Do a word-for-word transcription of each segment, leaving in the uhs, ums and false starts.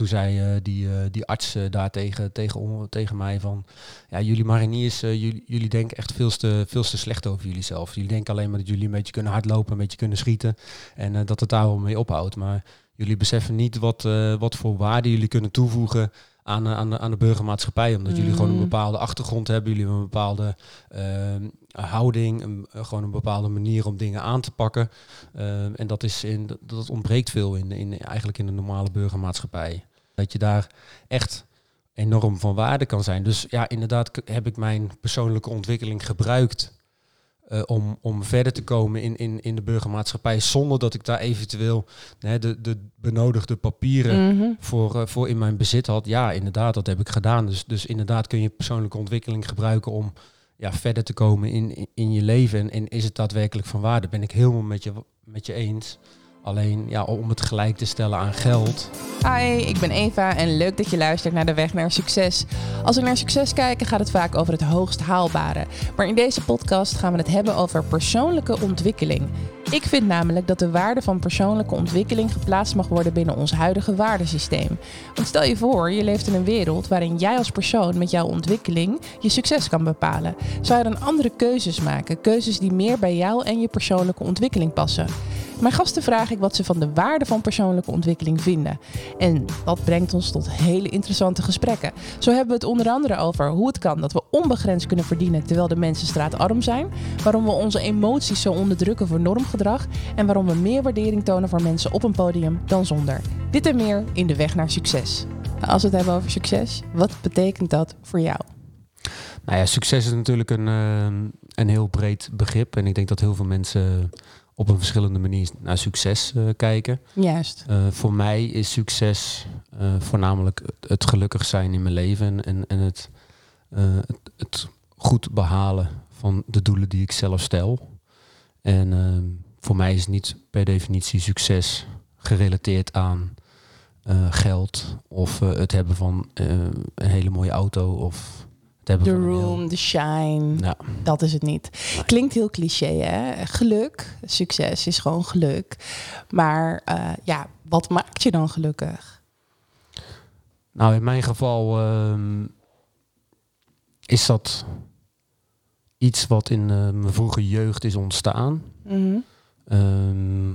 Toen zei uh, die, uh, die arts uh, daar tegen, tegen, tegen mij van... Ja, jullie mariniers, uh, jullie, jullie denken echt veel te, veel te slecht over jullie zelf. Jullie denken alleen maar dat jullie een beetje kunnen hardlopen, een beetje kunnen schieten. En uh, dat het daar wel mee ophoudt. Maar jullie beseffen niet wat, uh, wat voor waarde jullie kunnen toevoegen... Aan, aan, de, aan de burgermaatschappij. Omdat mm. jullie gewoon een bepaalde achtergrond hebben. Jullie hebben een bepaalde uh, houding. Een, uh, gewoon een bepaalde manier om dingen aan te pakken. Uh, en dat, is in, dat, dat ontbreekt veel in, in, eigenlijk in de normale burgermaatschappij. Dat je daar echt enorm van waarde kan zijn. Dus ja, inderdaad k- heb ik mijn persoonlijke ontwikkeling gebruikt... Uh, om, om verder te komen in, in, in de burgermaatschappij... zonder dat ik daar eventueel hè, de, de benodigde papieren mm-hmm. voor, uh, voor in mijn bezit had. Ja, inderdaad, dat heb ik gedaan. Dus, dus inderdaad kun je persoonlijke ontwikkeling gebruiken... om ja, verder te komen in, in, in je leven. En, en is het daadwerkelijk van waarde? Ben ik helemaal met je, met je eens... Alleen ja, om het gelijk te stellen aan geld. Hi, ik ben Eva en leuk dat je luistert naar De Weg naar Succes. Als we naar succes kijken gaat het vaak over het hoogst haalbare. Maar in deze podcast gaan we het hebben over persoonlijke ontwikkeling. Ik vind namelijk dat de waarde van persoonlijke ontwikkeling geplaatst mag worden binnen ons huidige waardesysteem. Want stel je voor, je leeft in een wereld waarin jij als persoon met jouw ontwikkeling je succes kan bepalen. Zou je dan andere keuzes maken? Keuzes die meer bij jou en je persoonlijke ontwikkeling passen? Mijn gasten vraag ik wat ze van de waarde van persoonlijke ontwikkeling vinden. En dat brengt ons tot hele interessante gesprekken. Zo hebben we het onder andere over hoe het kan dat we onbegrensd kunnen verdienen terwijl de mensen straatarm zijn. Waarom we onze emoties zo onderdrukken voor normgedrag. En waarom we meer waardering tonen voor mensen op een podium dan zonder. Dit en meer in De Weg naar Succes. Als we het hebben over succes, wat betekent dat voor jou? Nou ja, succes is natuurlijk een, uh, een heel breed begrip. En ik denk dat heel veel mensen... op een verschillende manier naar succes uh, kijken. Juist. Uh, voor mij is succes uh, voornamelijk het gelukkig zijn in mijn leven... en, en, en het, uh, het, het goed behalen van de doelen die ik zelf stel. En uh, voor mij is niet per definitie succes gerelateerd aan uh, geld... of uh, het hebben van uh, een hele mooie auto... of de room, heel... de shine, ja. Dat is het niet. Nee. Klinkt heel cliché, hè? Geluk, succes is gewoon geluk. Maar uh, ja, wat maakt je dan gelukkig? Nou, in mijn geval uh, is dat iets wat in uh, mijn vroege jeugd is ontstaan. Mm-hmm. Um,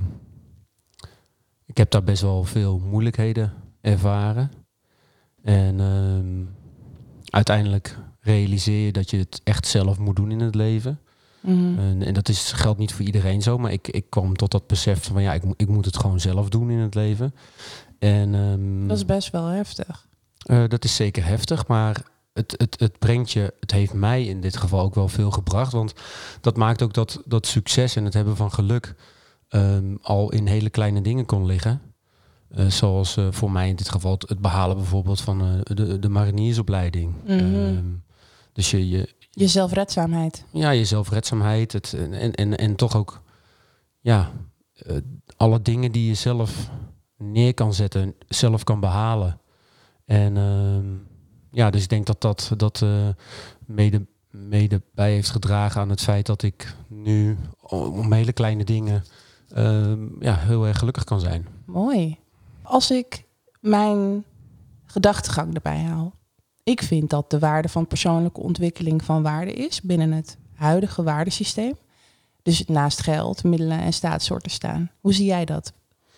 ik heb daar best wel veel moeilijkheden ervaren. En um, uiteindelijk... realiseer je dat je het echt zelf moet doen in het leven. Mm-hmm. En, en dat is, geldt niet voor iedereen zo. Maar ik, ik kwam tot dat besef van... ja, ik, ik moet het gewoon zelf doen in het leven. En, um, dat is best wel heftig. Uh, dat is zeker heftig. Maar het, het, het brengt je... het heeft mij in dit geval ook wel veel gebracht. Want dat maakt ook dat, dat succes en het hebben van geluk... Um, al in hele kleine dingen kon liggen. Uh, zoals uh, voor mij in dit geval het, het behalen bijvoorbeeld van uh, de, de mariniersopleiding. Mm-hmm. Um, Dus je, je, je zelfredzaamheid. Ja, je zelfredzaamheid. Het, en, en, en toch ook ja, uh, alle dingen die je zelf neer kan zetten, zelf kan behalen. En uh, ja, dus ik denk dat dat, dat uh, mede, mede bij heeft gedragen aan het feit dat ik nu om hele kleine dingen uh, ja, heel erg gelukkig kan zijn. Mooi. Als ik mijn gedachtegang erbij haal. Ik vind dat de waarde van persoonlijke ontwikkeling van waarde is binnen het huidige waardesysteem. Dus naast geld, middelen en staatssoorten staan. Hoe zie jij dat?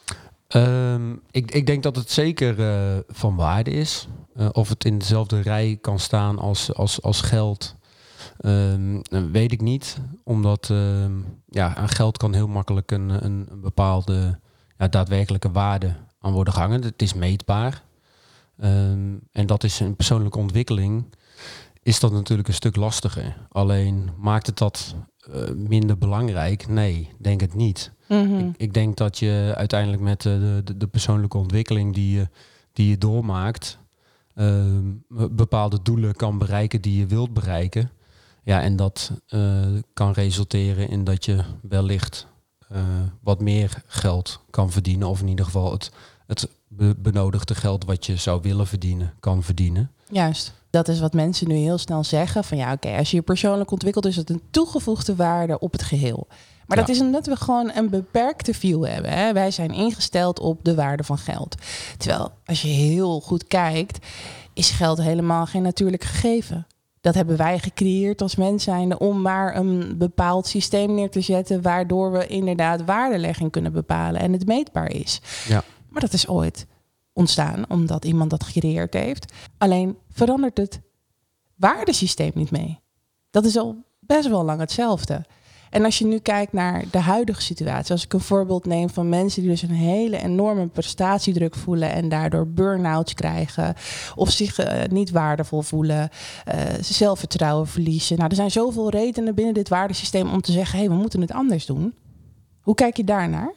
Um, ik, ik denk dat het zeker uh, van waarde is. Uh, of het in dezelfde rij kan staan als, als, als geld, um, weet ik niet. Omdat um, ja, aan geld kan heel makkelijk een, een, een bepaalde ja, daadwerkelijke waarde aan worden gehangen. Het is meetbaar. Um, en dat is een persoonlijke ontwikkeling, is dat natuurlijk een stuk lastiger. Alleen maakt het dat uh, minder belangrijk? Nee, denk het niet. Mm-hmm. Ik, ik denk dat je uiteindelijk met uh, de, de, de persoonlijke ontwikkeling die je, die je doormaakt, uh, bepaalde doelen kan bereiken die je wilt bereiken. Ja, en dat uh, kan resulteren in dat je wellicht uh, wat meer geld kan verdienen, of in ieder geval het, het benodigde geld wat je zou willen verdienen, kan verdienen. Juist. Dat is wat mensen nu heel snel zeggen. Van ja, oké, okay, als je je persoonlijk ontwikkelt, is het een toegevoegde waarde op het geheel. Maar Ja. dat is omdat we gewoon een beperkte view hebben. Hè? Wij zijn ingesteld op de waarde van geld. Terwijl, als je heel goed kijkt, is geld helemaal geen natuurlijk gegeven. Dat hebben wij gecreëerd als mens zijnde om maar een bepaald systeem neer te zetten, waardoor we inderdaad waardelegging kunnen bepalen en het meetbaar is. Ja. Maar dat is ooit ontstaan omdat iemand dat gecreëerd heeft. Alleen verandert het waardesysteem niet mee. Dat is al best wel lang hetzelfde. En als je nu kijkt naar de huidige situatie, als ik een voorbeeld neem van mensen die dus een hele enorme prestatiedruk voelen en daardoor burn-outs krijgen of zich uh, niet waardevol voelen, uh, zelfvertrouwen verliezen. Nou, er zijn zoveel redenen binnen dit waardesysteem om te zeggen, hé, hey, we moeten het anders doen. Hoe kijk je daarnaar?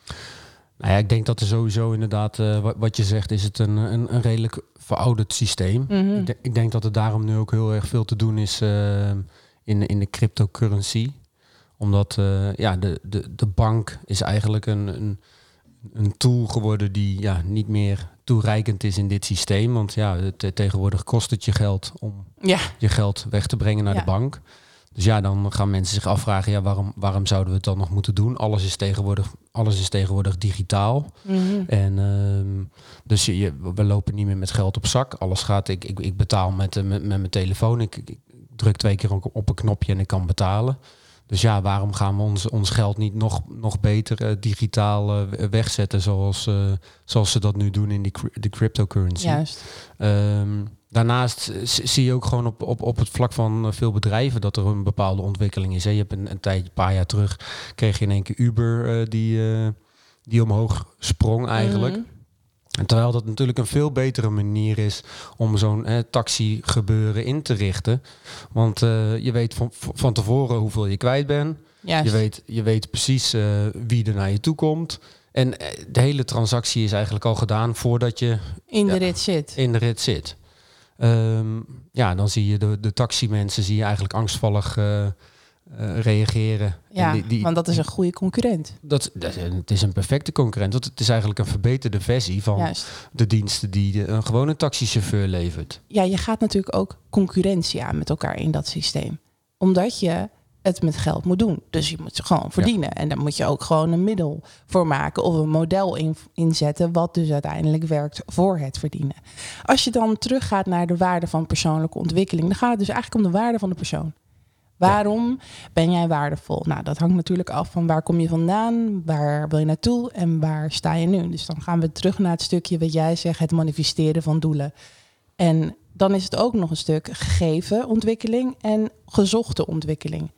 Nou ja, ik denk dat er sowieso inderdaad, uh, wat, wat je zegt, is het een, een, een redelijk verouderd systeem. Mm-hmm. Ik, de, ik denk dat er daarom nu ook heel erg veel te doen is uh, in, in de cryptocurrency. Omdat uh, ja, de, de, de bank is eigenlijk een, een, een tool geworden die ja, niet meer toereikend is in dit systeem. Want ja, het, tegenwoordig kost het je geld om ja. je geld weg te brengen naar ja. de bank. Dus ja, dan gaan mensen zich afvragen, ja, waarom, waarom zouden we het dan nog moeten doen? Alles is tegenwoordig, alles is tegenwoordig digitaal. Mm-hmm. En um, dus je, we lopen niet meer met geld op zak. Alles gaat, ik, ik, ik betaal met, met, met mijn telefoon. Ik, ik druk twee keer op een knopje en ik kan betalen. Dus ja, waarom gaan we ons, ons geld niet nog, nog beter uh, digitaal uh, wegzetten zoals, uh, zoals ze dat nu doen in die de cryptocurrency? Juist. Um, daarnaast zie je ook gewoon op, op, op het vlak van veel bedrijven dat er een bepaalde ontwikkeling is. Hè. Je hebt een, een tijdje, een paar jaar terug, kreeg je in één keer Uber uh, die, uh, die omhoog sprong eigenlijk. Mm-hmm. En terwijl dat natuurlijk een veel betere manier is om zo'n eh, taxi gebeuren in te richten. Want uh, je weet van, van tevoren hoeveel je kwijt bent. Je weet, je weet precies uh, wie er naar je toe komt. En uh, de hele transactie is eigenlijk al gedaan voordat je in de ja, rit zit. In de rit zit. Um, ja, dan zie je de, de taximensen zie je eigenlijk angstvallig uh, Uh, reageren. Ja, en die, die, want dat is een goede concurrent. Dat, dat, het is een perfecte concurrent. Want het is eigenlijk een verbeterde versie van Juist. de diensten die een gewone taxichauffeur levert. Ja, je gaat natuurlijk ook concurrentie aan met elkaar in dat systeem. Omdat je het met geld moet doen. Dus je moet ze gewoon verdienen. Ja. En daar moet je ook gewoon een middel voor maken of een model in, inzetten wat dus uiteindelijk werkt voor het verdienen. Als je dan teruggaat naar de waarde van persoonlijke ontwikkeling, dan gaat het dus eigenlijk om de waarde van de persoon. Waarom ben jij waardevol? Nou, dat hangt natuurlijk af van waar kom je vandaan, waar wil je naartoe en waar sta je nu. Dus dan gaan we terug naar het stukje wat jij zegt, het manifesteren van doelen. En dan is het ook nog een stuk gegeven ontwikkeling en gezochte ontwikkeling.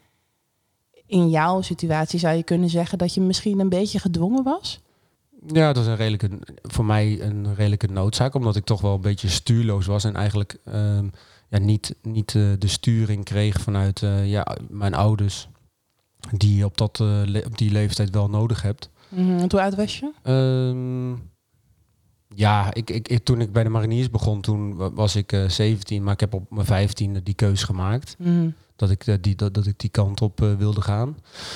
In jouw situatie zou je kunnen zeggen dat je misschien een beetje gedwongen was? Ja, dat is een redelijke, voor mij een redelijke noodzaak, omdat ik toch wel een beetje stuurloos was en eigenlijk Um, Ja, niet, niet uh, de sturing kreeg vanuit uh, ja, mijn ouders, die je op, dat, uh, le- op die leeftijd wel nodig hebt. Mm-hmm. En hoe oud was je? Um, ja, ik, ik, ik, toen ik bij de mariniers begon, toen was ik uh, zeventien, maar ik heb op mijn vijftiende die keus gemaakt. Mm-hmm. Dat, ik, uh, die, dat, dat ik die kant op uh, wilde gaan.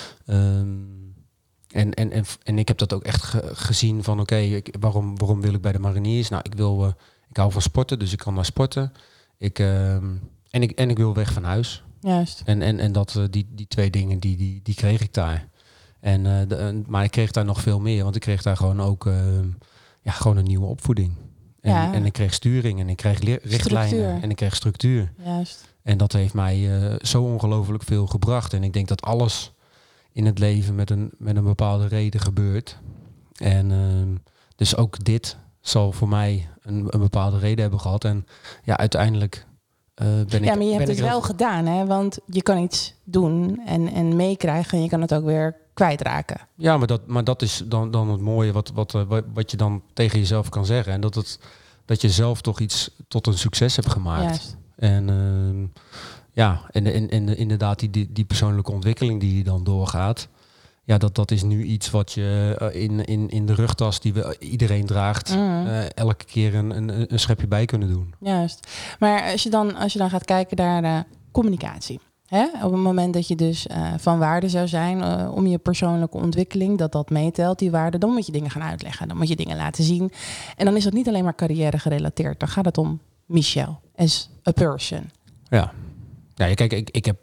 Um, en, en, en, en ik heb dat ook echt ge- gezien van oké, okay, waarom, waarom wil ik bij de mariniers? Nou, ik, wil, uh, ik hou van sporten, dus ik kan naar sporten. Ik, uh, en, ik, en ik wil weg van huis. Juist. En, en, en dat, uh, die, die twee dingen, die, die, die kreeg ik daar. En, uh, de, uh, maar ik kreeg daar nog veel meer. Want ik kreeg daar gewoon ook uh, ja, gewoon een nieuwe opvoeding. En, ja. en ik kreeg sturing en ik kreeg le- richtlijnen. Structuur. En ik kreeg structuur. Juist. En dat heeft mij uh, zo ongelooflijk veel gebracht. En ik denk dat alles in het leven met een, met een bepaalde reden gebeurt. En uh, dus ook dit zal voor mij een, een bepaalde reden hebben gehad. En ja, uiteindelijk uh, ben ik... Ja, maar je hebt het wel heel... gedaan, hè? Want je kan iets doen en, en meekrijgen en je kan het ook weer kwijtraken. Ja, maar dat, maar dat is dan, dan het mooie wat, wat, wat, wat je dan tegen jezelf kan zeggen. En dat, het, dat je zelf toch iets tot een succes hebt gemaakt. Juist. En uh, ja, en, en, en inderdaad die, die, die persoonlijke ontwikkeling die je dan doorgaat. Ja, dat, dat is nu iets wat je uh, in, in, in de rugtas die we iedereen draagt, mm. uh, elke keer een, een, een schepje bij kunnen doen. Juist. Maar als je dan, als je dan gaat kijken naar uh, communicatie. Hè? Op het moment dat je dus uh, van waarde zou zijn uh, om je persoonlijke ontwikkeling, dat dat meetelt, die waarde, dan moet je dingen gaan uitleggen. Dan moet je dingen laten zien. En dan is dat niet alleen maar carrière gerelateerd. Dan gaat het om Michelle as a person. Ja, ja kijk, ik, ik heb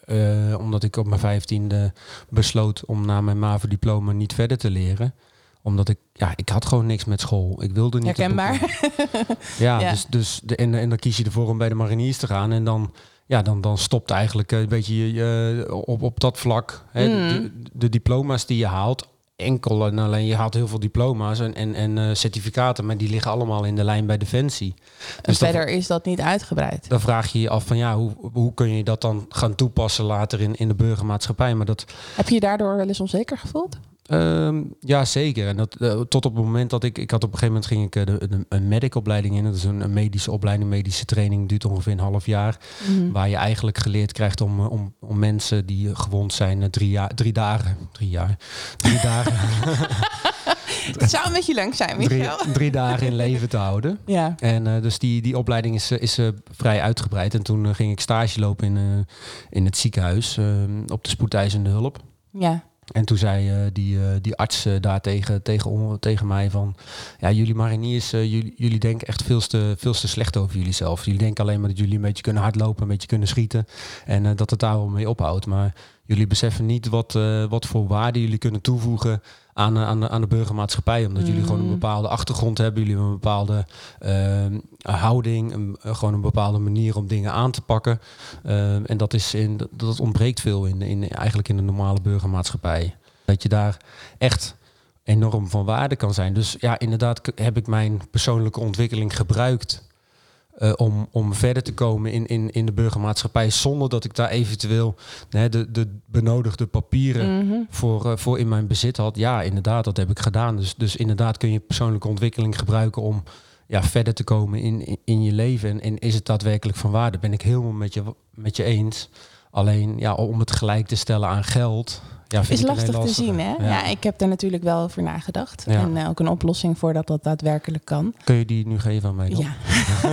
Uh, omdat ik op mijn vijftiende besloot om na mijn MAVO-diploma niet verder te leren. Omdat ik, ja, ik had gewoon niks met school. Ik wilde niet. Herkenbaar. ja, ja, dus, dus de, en, en dan kies je ervoor om bij de mariniers te gaan. En dan, ja, dan, dan stopt eigenlijk een beetje je, je, op, op dat vlak. Hè, mm. de, de diploma's die je haalt. Enkel en alleen, je haalt heel veel diploma's en, en, en uh, certificaten, maar die liggen allemaal in de lijn bij Defensie. En dus verder dan, is dat niet uitgebreid. Dan vraag je je af van ja, hoe, hoe kun je dat dan gaan toepassen later in, in de burgermaatschappij? Maar dat, heb je je daardoor wel eens onzeker gevoeld? Um, ja, zeker. En dat, uh, tot op het moment dat ik... Ik had op een gegeven moment ging ik uh, de, de, een medic-opleiding in. Dat is een, een medische opleiding, medische training. Duurt ongeveer een half jaar. Mm-hmm. Waar je eigenlijk geleerd krijgt om, om, om mensen die gewond zijn... Uh, drie, jaar, drie dagen... Drie jaar... Drie dagen... Het zou een beetje lang zijn, Michel. Drie, drie dagen in leven te houden. Ja. En uh, dus die, die opleiding is, is uh, vrij uitgebreid. En toen uh, ging ik stage lopen in, uh, in het ziekenhuis. Uh, op de spoedeisende hulp. Ja. En toen zei uh, die, uh, die arts uh, daar tegen, tegen, tegen mij van... Ja, jullie mariniers, uh, jullie, jullie denken echt veel te, veel te slecht over jullie zelf. Jullie denken alleen maar dat jullie een beetje kunnen hardlopen, een beetje kunnen schieten. En uh, dat het daar wel mee ophoudt. Maar jullie beseffen niet wat, uh, wat voor waarde jullie kunnen toevoegen aan, uh, aan, de, aan de burgermaatschappij. Omdat mm. jullie gewoon een bepaalde achtergrond hebben. Jullie hebben een bepaalde uh, houding. Een, uh, gewoon een bepaalde manier om dingen aan te pakken. Uh, en dat, is in, dat, dat ontbreekt veel in, in, eigenlijk in de normale burgermaatschappij. Dat je daar echt enorm van waarde kan zijn. Dus ja, inderdaad heb ik mijn persoonlijke ontwikkeling gebruikt... Uh, om, om verder te komen in, in, in de burgermaatschappij... zonder dat ik daar eventueel hè, de, de benodigde papieren mm-hmm. voor, uh, voor in mijn bezit had. Ja, inderdaad, dat heb ik gedaan. Dus, dus inderdaad kun je persoonlijke ontwikkeling gebruiken... om ja, verder te komen in, in, in je leven. En, en is het daadwerkelijk van waarde? Ben ik helemaal met je, met je eens. Alleen ja, om het gelijk te stellen aan geld... Ja, is lastig te zien, hè? Ja. ja, ik heb daar natuurlijk wel over nagedacht. Ja. En uh, ook een oplossing voor dat dat daadwerkelijk kan. Kun je die nu geven aan mij dan? Ja.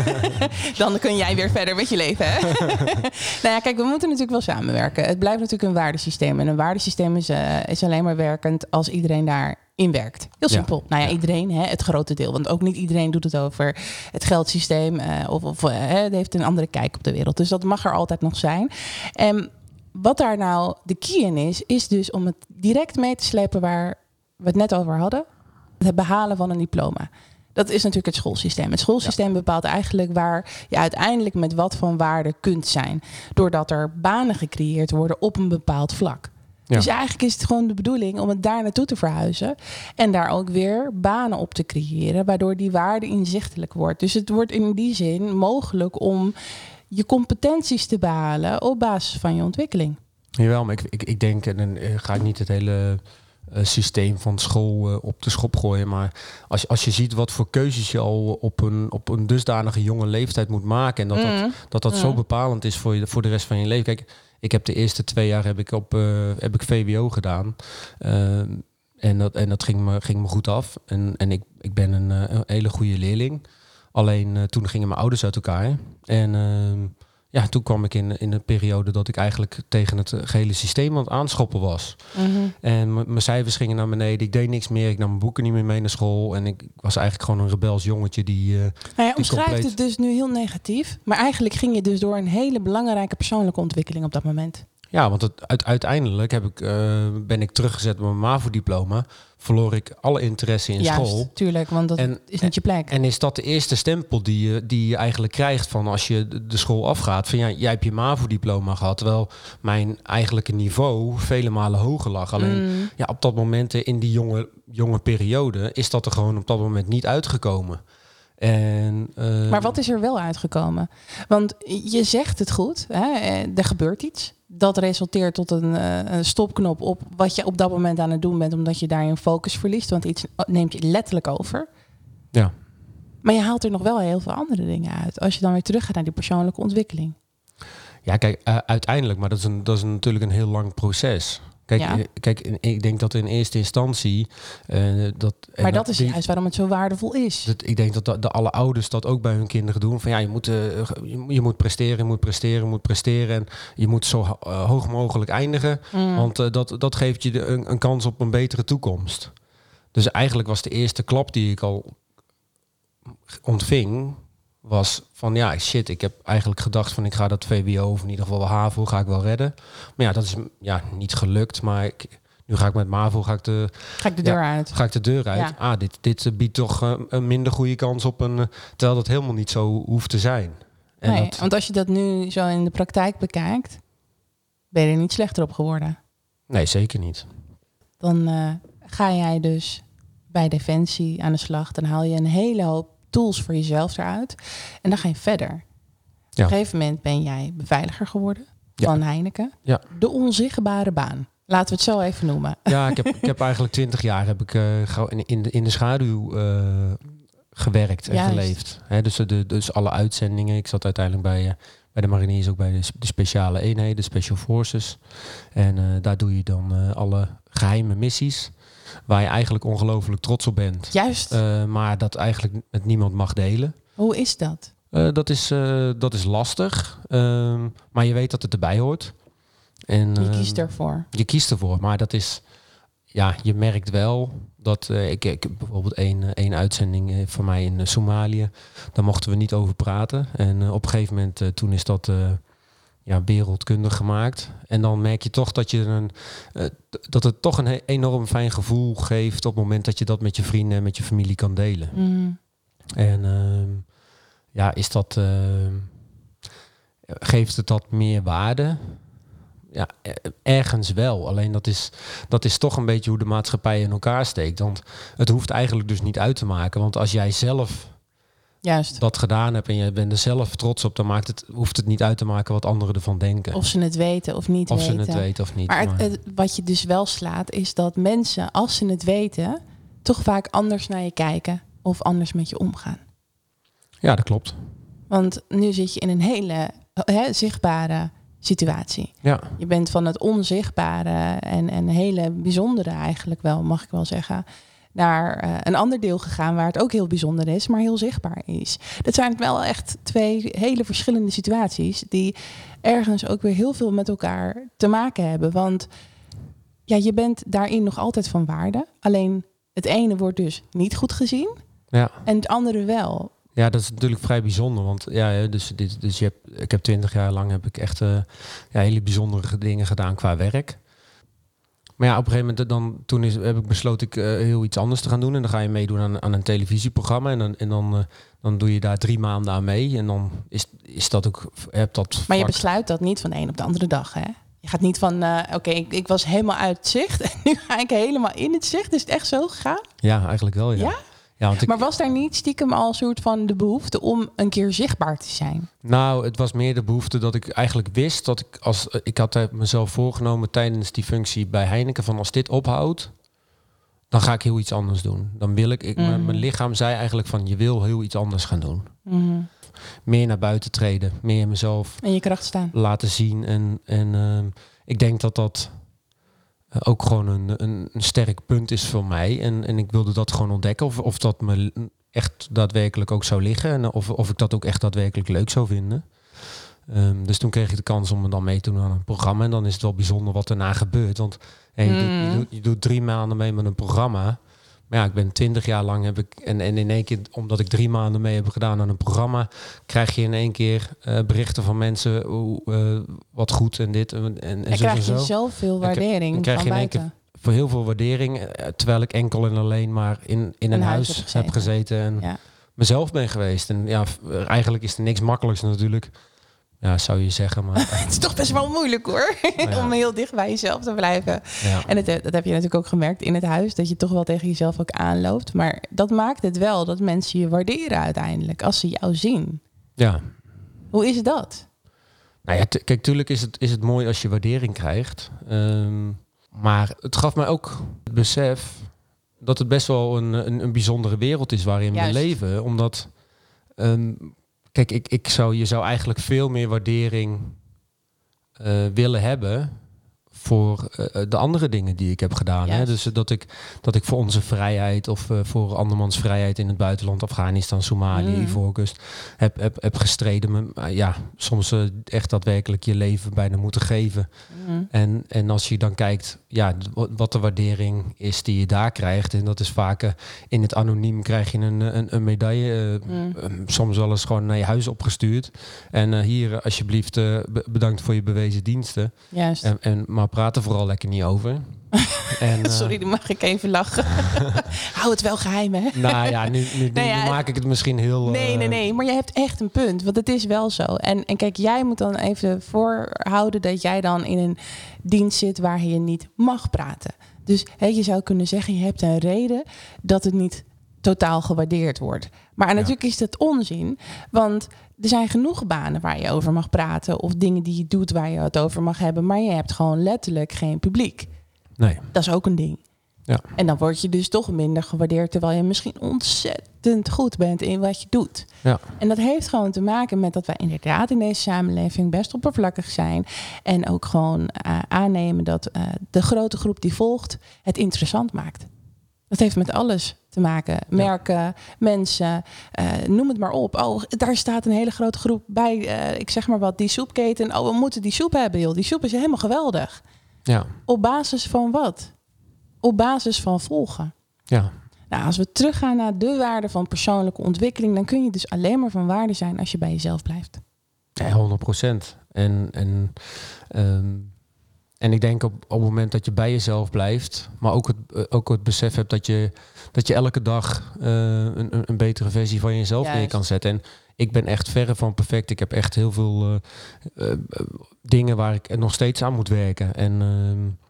Dan kun jij weer verder met je leven, hè? Nou ja, kijk, we moeten natuurlijk wel samenwerken. Het blijft natuurlijk een waardesysteem. En een waardesysteem is, uh, is alleen maar werkend als iedereen daar in werkt. Heel simpel. Ja. Nou ja, ja. iedereen, hè, het grote deel. Want ook niet iedereen doet het over het geldsysteem. Uh, of of uh, het heeft een andere kijk op de wereld. Dus dat mag er altijd nog zijn. En wat daar nou de key in is, is dus om het direct mee te slepen waar we het net over hadden. Het behalen van een diploma. Dat is natuurlijk het schoolsysteem. Het schoolsysteem ja. bepaalt eigenlijk waar je uiteindelijk met wat van waarde kunt zijn. Doordat er banen gecreëerd worden op een bepaald vlak. Ja. Dus eigenlijk is het gewoon de bedoeling om het daar naartoe te verhuizen. En daar ook weer banen op te creëren, waardoor die waarde inzichtelijk wordt. Dus het wordt in die zin mogelijk om je competenties te behalen op basis van je ontwikkeling. Jawel, maar ik, ik, ik denk, en dan ga ik niet het hele uh, systeem van school uh, op de schop gooien, maar als, als je ziet wat voor keuzes je al op een, op een dusdanige jonge leeftijd moet maken en dat mm. dat, dat, dat mm. zo bepalend is voor, je, voor de rest van je leven. Kijk, ik heb de eerste twee jaar heb ik op uh, heb ik V W O gedaan. Uh, en dat, en dat ging me, ging me goed af. En, en ik, ik ben een, een hele goede leerling. Alleen uh, toen gingen mijn ouders uit elkaar. En uh, ja, toen kwam ik in, in een periode dat ik eigenlijk tegen het gehele systeem aan het aanschoppen was. Mm-hmm. En m- mijn cijfers gingen naar beneden. Ik deed niks meer. Ik nam mijn boeken niet meer mee naar school. En ik was eigenlijk gewoon een rebels jongetje die... Uh, nou ja, die omschrijft compleet... het dus nu heel negatief. Maar eigenlijk ging je dus door een hele belangrijke persoonlijke ontwikkeling op dat moment. Ja, want het, uit, uiteindelijk heb ik, uh, ben ik teruggezet met mijn MAVO-diploma. Verloor ik alle interesse in Juist, school. Tuurlijk, want dat en, is niet je plek. En is dat de eerste stempel die je, die je eigenlijk krijgt van als je de, de school afgaat? Van ja, jij hebt je MAVO-diploma gehad, terwijl mijn eigenlijke niveau vele malen hoger lag. Alleen mm. ja, op dat moment in die jonge, jonge periode is dat er gewoon op dat moment niet uitgekomen. En, uh, maar wat is er wel uitgekomen? Want je zegt het goed, hè? Er gebeurt iets. Dat resulteert tot een, uh, een stopknop op wat je op dat moment aan het doen bent, omdat je daarin focus verliest. Want iets neemt je letterlijk over. Ja. Maar je haalt er nog wel heel veel andere dingen uit. Als je dan weer terug gaat naar die persoonlijke ontwikkeling. Ja, kijk, uh, uiteindelijk, maar dat is, een, dat is natuurlijk een heel lang proces. Kijk, ja. kijk, ik denk dat in eerste instantie... Uh, dat, maar dat, dat is die, juist waarom het zo waardevol is. Dat, ik denk dat de, de alle ouders dat ook bij hun kinderen doen. Van ja, je moet, uh, je, je moet presteren, je moet presteren, je moet presteren. En je moet zo uh, hoog mogelijk eindigen. Mm. Want uh, dat, dat geeft je de, een, een kans op een betere toekomst. Dus eigenlijk was de eerste klap die ik al ontving... was van ja, shit, ik heb eigenlijk gedacht van ik ga dat V W O of in ieder geval HAVO ga ik wel redden. Maar ja, dat is ja niet gelukt. Maar ik, nu ga ik met MAVO ga ik de, ga ik de deur ja, uit. Ga ik de deur uit. Ja. Ah, dit, dit uh, biedt toch uh, een minder goede kans op een... Uh, terwijl dat helemaal niet zo hoeft te zijn. En Nee, dat, want als je dat nu zo in de praktijk bekijkt, ben je er niet slechter op geworden. Nee, zeker niet. Dan uh, ga jij dus bij Defensie aan de slag. Dan haal je een hele hoop tools voor jezelf eruit. En dan ga je verder. Ja. Op een gegeven moment ben jij beveiliger geworden ja. van Heineken. Ja. De onzichtbare baan. Laten we het zo even noemen. Ja, ik heb, ik heb eigenlijk twintig jaar heb ik, uh, in, de, in de schaduw uh, gewerkt en Juist. geleefd. He, dus, de, dus alle uitzendingen. Ik zat uiteindelijk bij, uh, bij de mariniers ook bij de, de speciale eenheden, Special Forces. En uh, daar doe je dan uh, alle geheime missies. Waar je eigenlijk ongelooflijk trots op bent. Juist. Uh, maar dat eigenlijk met niemand mag delen. Hoe is dat? Uh, dat, is, uh, dat is lastig. Uh, maar je weet dat het erbij hoort. En, je kiest ervoor. Je kiest ervoor. Maar dat is... Ja, je merkt wel dat... Uh, ik, ik heb bijvoorbeeld één, één uitzending uh, van mij in uh, Somalië. Daar mochten we niet over praten. En uh, op een gegeven moment, uh, toen is dat... Uh, ja, wereldkundig gemaakt. En dan merk je toch dat je een uh, dat het toch een he- enorm fijn gevoel geeft op het moment dat je dat met je vrienden en met je familie kan delen. Mm. En uh, ja, is dat uh, geeft het dat meer waarde? Ja, ergens wel. Alleen dat is, dat is toch een beetje hoe de maatschappij in elkaar steekt. Want het hoeft eigenlijk dus niet uit te maken. Want als jij zelf Juist. dat gedaan hebt en je bent er zelf trots op, dan maakt het, hoeft het niet uit te maken wat anderen ervan denken. Of ze het weten of niet of weten. Of ze het weten of niet. Maar, maar. Het, het, wat je dus wel slaat, is dat mensen, als ze het weten, toch vaak anders naar je kijken of anders met je omgaan. Ja, dat klopt. Want nu zit je in een hele he, zichtbare situatie. Ja. Je bent van het onzichtbare en, en hele bijzondere eigenlijk wel, mag ik wel zeggen, naar uh, een ander deel gegaan waar het ook heel bijzonder is, maar heel zichtbaar is. Dat zijn wel echt twee hele verschillende situaties die ergens ook weer heel veel met elkaar te maken hebben. Want ja, je bent daarin nog altijd van waarde. Alleen het ene wordt dus niet goed gezien ja. en het andere wel. Ja, dat is natuurlijk vrij bijzonder. Want ja, dus, dit, dus je hebt, ik heb twintig jaar lang heb ik echt uh, ja, hele bijzondere dingen gedaan qua werk. Maar ja, op een gegeven moment dan, toen is, heb ik besloten ik uh, heel iets anders te gaan doen. En dan ga je meedoen aan, aan een televisieprogramma. En, dan, en dan, uh, dan doe je daar drie maanden aan mee. En dan is, is dat ook... Heb dat maar vlak... je besluit dat niet van de een op de andere dag, hè? Je gaat niet van, uh, oké, okay, ik, ik was helemaal uit het zicht. En nu ga ik helemaal in het zicht. Is het echt zo gegaan? Ja, eigenlijk wel, ja. Ja? Ja, want ik... Maar was daar niet stiekem al een soort van de behoefte om een keer zichtbaar te zijn? Nou, het was meer de behoefte dat ik eigenlijk wist dat ik als ik had mezelf voorgenomen tijdens die functie bij Heineken van als dit ophoudt, dan ga ik heel iets anders doen. Dan wil ik, ik mm. mijn, mijn lichaam zei eigenlijk van je wil heel iets anders gaan doen. Mm. Meer naar buiten treden, meer mezelf in je kracht staan, laten zien en en uh, ik denk dat dat Uh, ook gewoon een, een, een sterk punt is voor mij. En, en ik wilde dat gewoon ontdekken. Of, of dat me echt daadwerkelijk ook zou liggen. En of, of ik dat ook echt daadwerkelijk leuk zou vinden. Um, dus toen kreeg ik de kans om me dan mee te doen aan een programma. En dan is het wel bijzonder wat daarna gebeurt. Want hey, je, mm. doet, je, doet, je doet drie maanden mee met een programma. Maar ja, ik ben twintig jaar lang heb ik... En, en in één keer, omdat ik drie maanden mee heb gedaan aan een programma, krijg je in één keer uh, berichten van mensen. Uh, wat goed en dit en, en, en zo krijg en zo. je zoveel waardering dan krijg van je in één buiten. keer voor heel veel waardering. Uh, terwijl ik enkel en alleen maar in, in een, een huis, huis heb gezeten, heb gezeten en ja. mezelf ben geweest. En ja, eigenlijk is er niks makkelijks natuurlijk. Ja, zou je zeggen. Maar het is toch best wel moeilijk hoor. Ja. Om heel dicht bij jezelf te blijven. Ja. En het, dat heb je natuurlijk ook gemerkt in het huis. Dat je toch wel tegen jezelf ook aanloopt. Maar dat maakt het wel dat mensen je waarderen uiteindelijk. Als ze jou zien. Ja. Hoe is dat? Nou ja, t- kijk, tuurlijk is het, is het mooi als je waardering krijgt. Um, maar het gaf mij ook het besef dat het best wel een, een, een bijzondere wereld is waarin Juist. we leven. Omdat... Um, Kijk, ik, ik zou, je zou eigenlijk veel meer waardering uh, willen hebben voor uh, de andere dingen die ik heb gedaan. Hè? Dus uh, dat, ik, dat ik voor onze vrijheid of uh, voor andermans vrijheid in het buitenland, Afghanistan, Somalië, mm. Ivoorkust, heb, heb, heb gestreden. Me, uh, ja, soms uh, echt daadwerkelijk je leven bijna moeten geven. Mm. En, en als je dan kijkt ja, wat de waardering is die je daar krijgt. En dat is vaak uh, in het anoniem krijg je een, een, een medaille. Uh, mm. um, soms wel eens gewoon naar je huis opgestuurd. En uh, hier, uh, alsjeblieft, uh, bedankt voor je bewezen diensten. Juist. En, en, maar praat er vooral lekker niet over. En, uh, Sorry, dan mag ik even lachen. Hou het wel geheim, hè? Nou ja, nu, nu, nou ja, nu maak ik het misschien heel... Nee, uh, nee, nee. Maar je hebt echt een punt. Want het is wel zo. En, en kijk, jij moet dan even voorhouden dat jij dan in een dienst zit waar je niet mag praten. Dus hè, je zou kunnen zeggen, je hebt een reden dat het niet totaal gewaardeerd wordt. Maar ja. natuurlijk is dat onzin. Want er zijn genoeg banen waar je over mag praten. Of dingen die je doet waar je het over mag hebben. Maar je hebt gewoon letterlijk geen publiek. Nee. Dat is ook een ding. Ja. En dan word je dus toch minder gewaardeerd, terwijl je misschien ontzettend goed bent in wat je doet. Ja. En dat heeft gewoon te maken met dat wij inderdaad in deze samenleving best oppervlakkig zijn. En ook gewoon uh, aannemen dat uh, de grote groep die volgt het interessant maakt. Dat heeft met alles te maken. Merken, ja. mensen, uh, noem het maar op. Oh, daar staat een hele grote groep bij, uh, ik zeg maar wat, die soepketen. Oh, we moeten die soep hebben, joh. Die soep is helemaal geweldig. Ja. Op basis van wat? Op basis van volgen. Ja. Nou, als we teruggaan naar de waarde van persoonlijke ontwikkeling, dan kun je dus alleen maar van waarde zijn als je bij jezelf blijft. Ja, honderd procent. En, en, um, en ik denk op, op het moment dat je bij jezelf blijft, maar ook het, ook het besef hebt dat je, dat je elke dag uh, een, een betere versie van jezelf Juist. neer kan zetten. En ik ben echt verre van perfect. Ik heb echt heel veel uh, uh, dingen waar ik nog steeds aan moet werken. En, uh,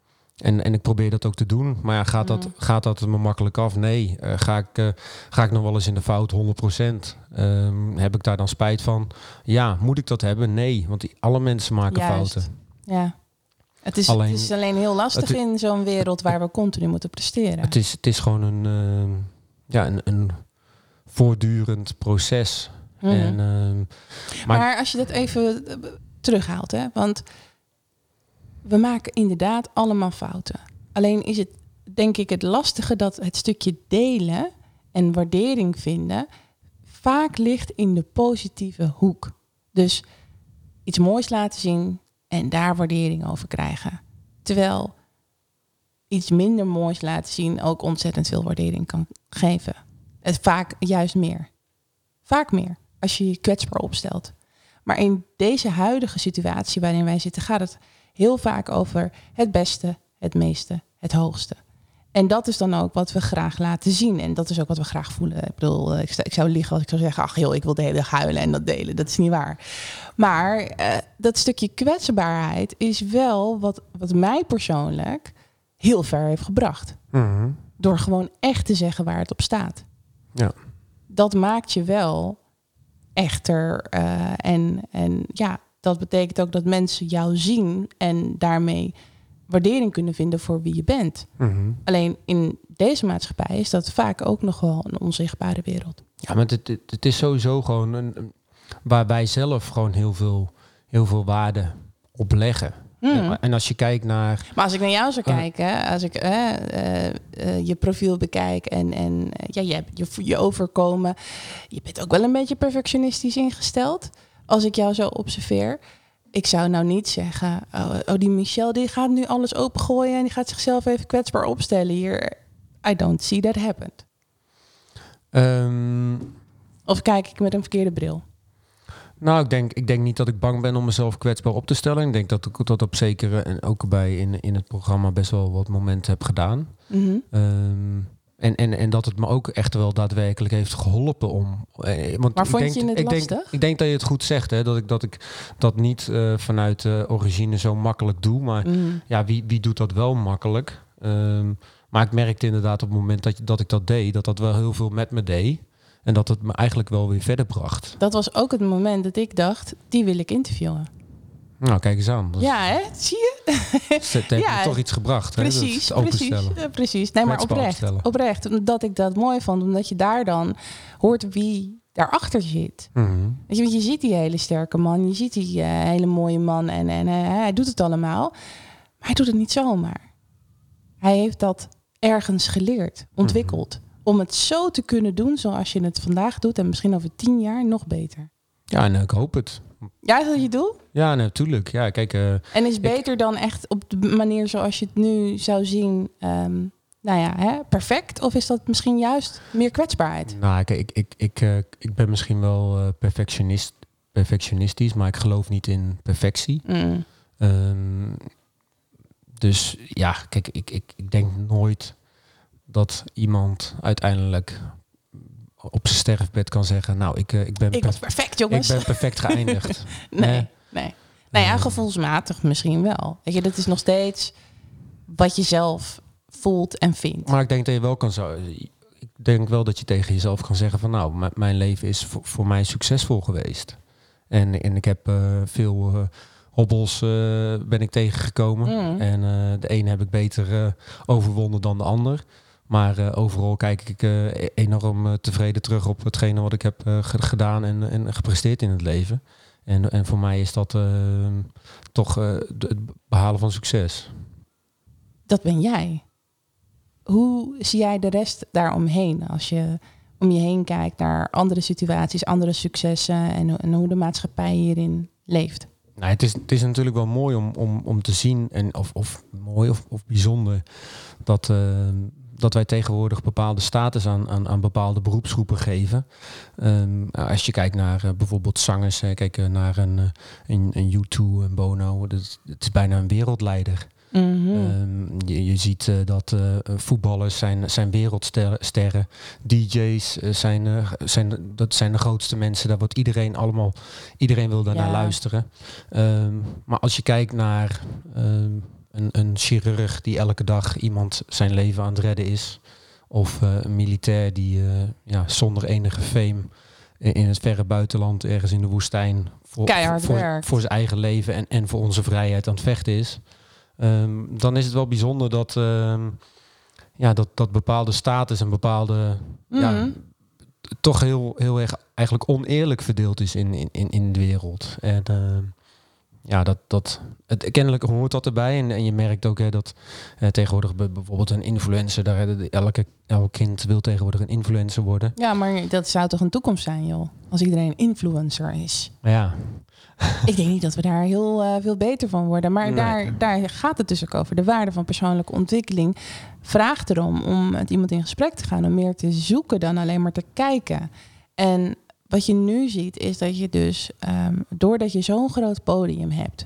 en, en ik probeer dat ook te doen. Maar ja, gaat, mm. dat, gaat dat me makkelijk af? Nee. Uh, ga, ik, uh, ga ik nog wel eens in de fout? honderd procent. Um, heb ik daar dan spijt van? Ja. Moet ik dat hebben? Nee. Want die, alle mensen maken Juist. fouten. Ja. Het is, alleen, het is alleen heel lastig het, in zo'n wereld waar we continu moeten presteren. Het is, het is gewoon een, uh, ja, een, een voortdurend proces. Mm-hmm. En, uh, maar, maar als je dat even terughaalt, hè? Want we maken inderdaad allemaal fouten. Alleen is het, denk ik, het lastige dat het stukje delen en waardering vinden vaak ligt in de positieve hoek. Dus iets moois laten zien en daar waardering over krijgen. Terwijl iets minder moois laten zien ook ontzettend veel waardering kan geven. Het vaak juist meer. Vaak meer. Als je je kwetsbaar opstelt. Maar in deze huidige situatie waarin wij zitten, gaat het heel vaak over het beste, het meeste, het hoogste. En dat is dan ook wat we graag laten zien. En dat is ook wat we graag voelen. Ik bedoel, ik, sta, ik zou liegen als ik zou zeggen, ach joh, ik wil de hele dag huilen en dat delen. Dat is niet waar. Maar uh, dat stukje kwetsbaarheid is wel wat, wat mij persoonlijk heel ver heeft gebracht. Mm-hmm. Door gewoon echt te zeggen waar het op staat. Ja. Dat maakt je wel echter. Uh, en, en ja, dat betekent ook dat mensen jou zien en daarmee waardering kunnen vinden voor wie je bent. Mm-hmm. Alleen in deze maatschappij is dat vaak ook nog wel een onzichtbare wereld. Ja, maar het, het, het is sowieso gewoon een, waar wij zelf gewoon heel veel, heel veel waarde op leggen. Mm. En als je kijkt naar... Maar als ik naar jou zou uh, kijken, als ik uh, uh, uh, je profiel bekijk en, en uh, ja, je hebt je, je overkomen, je bent ook wel een beetje perfectionistisch ingesteld. Als ik jou zo observeer. Ik zou nou niet zeggen, oh, oh die Michelle die gaat nu alles opengooien en die gaat zichzelf even kwetsbaar opstellen hier. I don't see that happen. Um, of kijk ik met een verkeerde bril? Nou, ik denk, ik denk niet dat ik bang ben om mezelf kwetsbaar op te stellen. Ik denk dat ik dat op zekere en ook bij in, in het programma best wel wat momenten heb gedaan. Mm-hmm. Um, en, en, en dat het me ook echt wel daadwerkelijk heeft geholpen om. Eh, want maar vond ik denk, je het ik lastig? Denk, ik denk dat je het goed zegt, hè, dat ik dat ik dat niet uh, vanuit uh, origine zo makkelijk doe. Maar mm. ja, wie, wie doet dat wel makkelijk? Um, maar ik merkte inderdaad op het moment dat, dat ik dat deed, dat dat wel heel veel met me deed. En dat het me eigenlijk wel weer verder bracht. Dat was ook het moment dat ik dacht, die wil ik interviewen. Nou, kijk eens aan. Dat ja, hè? Zie je? Het heeft ja, toch iets gebracht. Precies, hè? precies, uh, precies. Nee, maar oprecht, oprecht. Omdat ik dat mooi vond. Omdat je daar dan hoort wie daarachter zit. Mm-hmm. Weet je, want je ziet die hele sterke man. Je ziet die uh, hele mooie man. En, en uh, hij doet het allemaal. Maar hij doet het niet zomaar. Hij heeft dat ergens geleerd, ontwikkeld. Mm-hmm. Om het zo te kunnen doen zoals je het vandaag doet. En misschien over tien jaar nog beter. Ja, en ik hoop het. Ja, is dat je doel? Ja, natuurlijk. Ja, kijk. Uh, en is beter ik, dan echt op de manier zoals je het nu zou zien, um, nou ja, hè, perfect? Of is dat misschien juist meer kwetsbaarheid? Nou, kijk, ik, ik, ik, uh, ik ben misschien wel uh, perfectionist, perfectionistisch, maar ik geloof niet in perfectie. Mm. Um, dus ja, kijk, ik, ik, ik denk nooit dat iemand uiteindelijk op zijn sterfbed kan zeggen, nou, ik, uh, ik ben ik was perfect, jongens. Ik ben perfect geëindigd. nee, eh? nee. Nou ja, gevoelsmatig misschien wel. Weet je, dat is nog steeds wat je zelf voelt en vindt. Maar ik denk dat je wel kan zo. Ik denk wel dat je tegen jezelf kan zeggen van, nou, m- mijn leven is voor, voor mij succesvol geweest. En, en ik heb uh, veel uh, hobbels uh, ben ik tegengekomen. Mm. En uh, de ene heb ik beter uh, overwonnen dan de ander. Maar uh, overal kijk ik uh, enorm uh, tevreden terug op hetgene wat ik heb uh, g- gedaan en, en gepresteerd in het leven. En, en voor mij is dat uh, toch uh, het behalen van succes. Dat ben jij. Hoe zie jij de rest daaromheen? Als je om je heen kijkt naar andere situaties, andere successen en, en hoe de maatschappij hierin leeft. Nou, het, is, het is natuurlijk wel mooi om, om, om te zien, en of, of mooi of, of bijzonder, dat, uh, dat wij tegenwoordig bepaalde status aan, aan, aan bepaalde beroepsgroepen geven. Um, als je kijkt naar uh, bijvoorbeeld zangers, hè, kijk uh, naar een, uh, een, een U twee, een Bono, dat, het is bijna een wereldleider. Mm-hmm. Um, je, je ziet uh, dat uh, voetballers zijn, zijn wereldsterren, D J's uh, zijn, uh, zijn, dat zijn de grootste mensen. Daar wordt iedereen allemaal, iedereen wil daarnaar ja. luisteren. Um, maar als je kijkt naar um, een, een chirurg die elke dag iemand zijn leven aan het redden is, of uh, een militair die uh, ja, zonder enige fame in het verre buitenland, ergens in de woestijn, voor, keihard voor, werkt. voor zijn eigen leven en, en voor onze vrijheid aan het vechten is. Um, dan is het wel bijzonder dat, um, ja, dat, dat bepaalde status en bepaalde mm-hmm. ja, toch heel, heel erg eigenlijk oneerlijk verdeeld is in, in, in de wereld. En uh, ja, dat, dat het, kennelijk hoort dat erbij. En, en je merkt ook hè, dat uh, tegenwoordig bijvoorbeeld een influencer, daar, elke, elk kind wil tegenwoordig een influencer worden. Ja, maar dat zou toch een toekomst zijn, joh? Als iedereen een influencer is. Ja. Ik denk niet dat we daar heel uh, veel beter van worden. Maar nee. daar, daar gaat het dus ook over. De waarde van persoonlijke ontwikkeling vraagt erom om met iemand in gesprek te gaan. Om meer te zoeken dan alleen maar te kijken. En wat je nu ziet is dat je dus, um, doordat je zo'n groot podium hebt,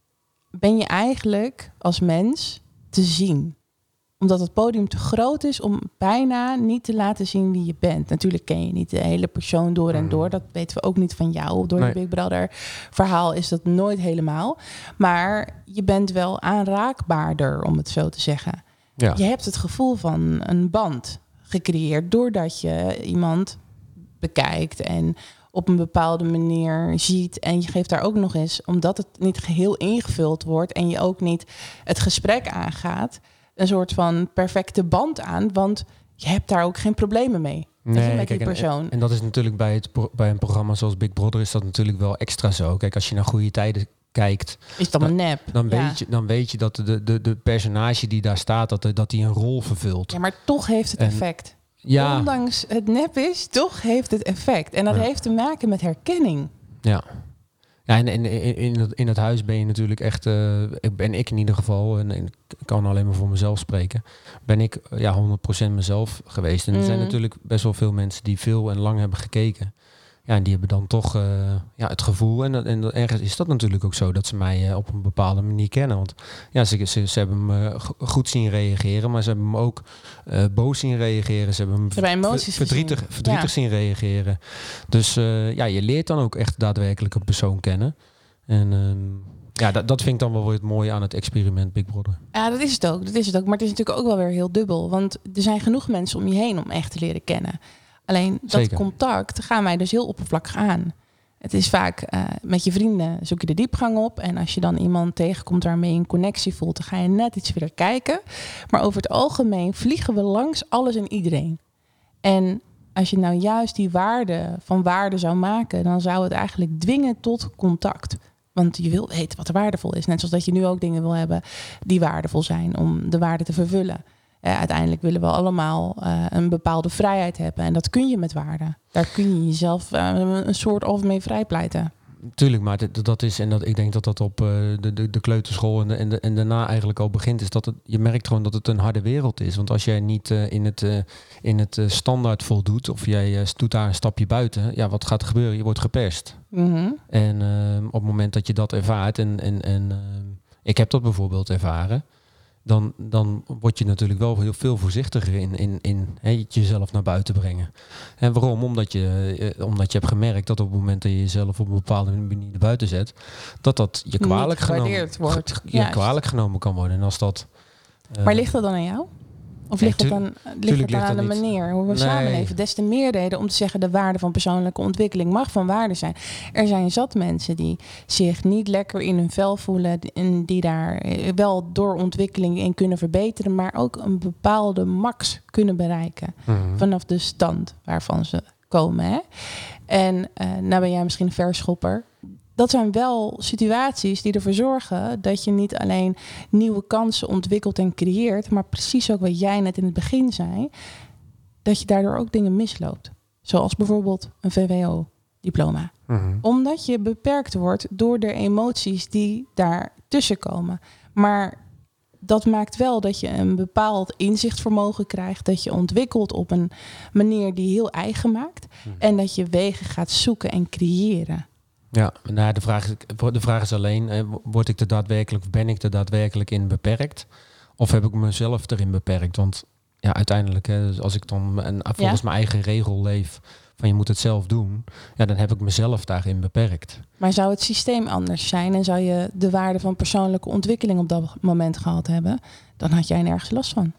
ben je eigenlijk als mens te zien. Omdat het podium te groot is om bijna niet te laten zien wie je bent. Natuurlijk ken je niet de hele persoon door en door. Dat weten we ook niet van jou. Door nee. het Big Brother verhaal is dat nooit helemaal. Maar je bent wel aanraakbaarder, om het zo te zeggen. Ja. Je hebt het gevoel van een band gecreëerd doordat je iemand bekijkt en op een bepaalde manier ziet. En je geeft daar ook nog eens, omdat het niet geheel ingevuld wordt en je ook niet het gesprek aangaat, een soort van perfecte band aan, want je hebt daar ook geen problemen mee. Nee, je, met kijk, die persoon. En, en dat is natuurlijk bij, het, bij een programma zoals Big Brother is dat natuurlijk wel extra zo. Kijk, als je naar Goede Tijden kijkt, is dat een nep? Dan, ja. weet je, dan weet je dat de, de, de personage die daar staat, dat hij dat een rol vervult. Ja, maar toch heeft het en, effect. Ja. Ondanks het nep is, toch heeft het effect. En dat ja. heeft te maken met herkenning. Ja. Ja, en in, in, in, het, in het huis ben je natuurlijk echt, uh, ben ik in ieder geval, en, en ik kan alleen maar voor mezelf spreken, ben ik ja, honderd procent mezelf geweest. En er mm. zijn natuurlijk best wel veel mensen die veel en lang hebben gekeken. Ja, en die hebben dan toch uh, ja, het gevoel, en, en ergens is dat natuurlijk ook zo, dat ze mij uh, op een bepaalde manier kennen. Want ja, ze, ze, ze hebben me uh, goed zien reageren, maar ze hebben me ook uh, boos zien reageren. Ze hebben me ze hebben emoties verdrietig, gezien. verdrietig ja. zien reageren. Dus uh, ja, je leert dan ook echt daadwerkelijk een persoon kennen. En um, ja, dat, dat vind ik dan wel weer het mooie aan het experiment Big Brother. Ja, dat is het ook. Dat is het ook. Maar het is natuurlijk ook wel weer heel dubbel. Want er zijn genoeg mensen om je heen om echt te leren kennen. Alleen dat Zeker. contact gaan wij dus heel oppervlakkig aan. Het is vaak uh, met je vrienden zoek je de diepgang op. En als je dan iemand tegenkomt waarmee je een connectie voelt, dan ga je net iets verder kijken. Maar over het algemeen vliegen we langs alles en iedereen. En als je nou juist die waarde van waarde zou maken, dan zou het eigenlijk dwingen tot contact. Want je wil weten wat er waardevol is. Net zoals dat je nu ook dingen wil hebben die waardevol zijn om de waarde te vervullen. Uh, uiteindelijk willen we allemaal uh, een bepaalde vrijheid hebben. En dat kun je met waarden. Daar kun je jezelf uh, een soort of mee vrijpleiten. Tuurlijk, maar dat, dat is, en dat, ik denk dat dat op uh, de, de, de kleuterschool en, de, en, de, en daarna eigenlijk al begint, is dat het, je merkt gewoon dat het een harde wereld is. Want als jij niet uh, in het, uh, in het uh, standaard voldoet, of jij uh, doet daar een stapje buiten, ja, wat gaat er gebeuren? Je wordt geperst. Mm-hmm. En uh, op het moment dat je dat ervaart, en, en, en uh, ik heb dat bijvoorbeeld ervaren, Dan, dan word je natuurlijk wel heel veel voorzichtiger in, in, in he, jezelf naar buiten brengen. En waarom? Omdat je, eh, omdat je hebt gemerkt dat op het moment dat je jezelf op een bepaalde manier naar buiten zet, dat dat je kwalijk genomen, wordt. Ge, je kwalijk genomen kan worden. En als dat, uh, maar ligt dat dan aan jou? Of nee, ligt het dan, ligt het dan aan de manier hoe we nee. samenleven? Des te meer reden om te zeggen de waarde van persoonlijke ontwikkeling mag van waarde zijn. Er zijn zat mensen die zich niet lekker in hun vel voelen en die daar wel door ontwikkeling in kunnen verbeteren, maar ook een bepaalde max kunnen bereiken mm-hmm. vanaf de stand waarvan ze komen. Hè? En uh, nou ben jij misschien een verschopper. Dat zijn wel situaties die ervoor zorgen dat je niet alleen nieuwe kansen ontwikkelt en creëert, maar precies ook wat jij net in het begin zei, dat je daardoor ook dingen misloopt. Zoals bijvoorbeeld een V W O-diploma. Mm-hmm. Omdat je beperkt wordt door de emoties die daar tussen komen. Maar dat maakt wel dat je een bepaald inzichtvermogen krijgt, dat je ontwikkelt op een manier die heel eigen maakt mm. en dat je wegen gaat zoeken en creëren. Ja, nou, de, vraag, de vraag is alleen, word ik er daadwerkelijk, ben ik er daadwerkelijk in beperkt? Of heb ik mezelf erin beperkt? Want ja, uiteindelijk, hè, als ik dan en volgens ja. mijn eigen regel leef, van je moet het zelf doen, ja, dan heb ik mezelf daarin beperkt. Maar zou het systeem anders zijn en zou je de waarde van persoonlijke ontwikkeling op dat moment gehad hebben, dan had jij nergens last van.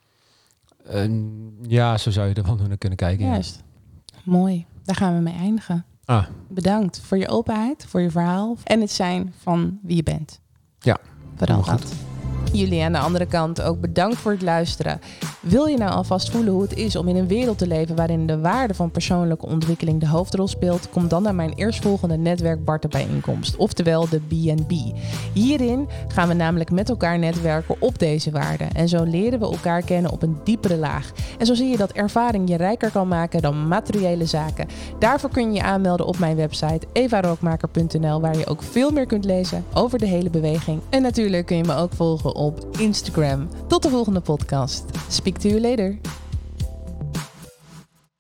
Uh, ja, zo zou je er wel naar kunnen kijken. Juist. Ja. Mooi. Daar gaan we mee eindigen. Ah. Bedankt voor je openheid, voor je verhaal en het zijn van wie je bent. Ja, vooral dat. Jullie aan de andere kant ook bedankt voor het luisteren. Wil je nou alvast voelen hoe het is om in een wereld te leven waarin de waarde van persoonlijke ontwikkeling de hoofdrol speelt? Kom dan naar mijn eerstvolgende netwerk Barter bijeenkomst, oftewel de B en B. Hierin gaan we namelijk met elkaar netwerken op deze waarden. En zo leren we elkaar kennen op een diepere laag. En zo zie je dat ervaring je rijker kan maken dan materiële zaken. Daarvoor kun je je aanmelden op mijn website eva rookmaker punt n l, waar je ook veel meer kunt lezen over de hele beweging. En natuurlijk kun je me ook volgen op Instagram. Tot de volgende podcast. Speak to you later.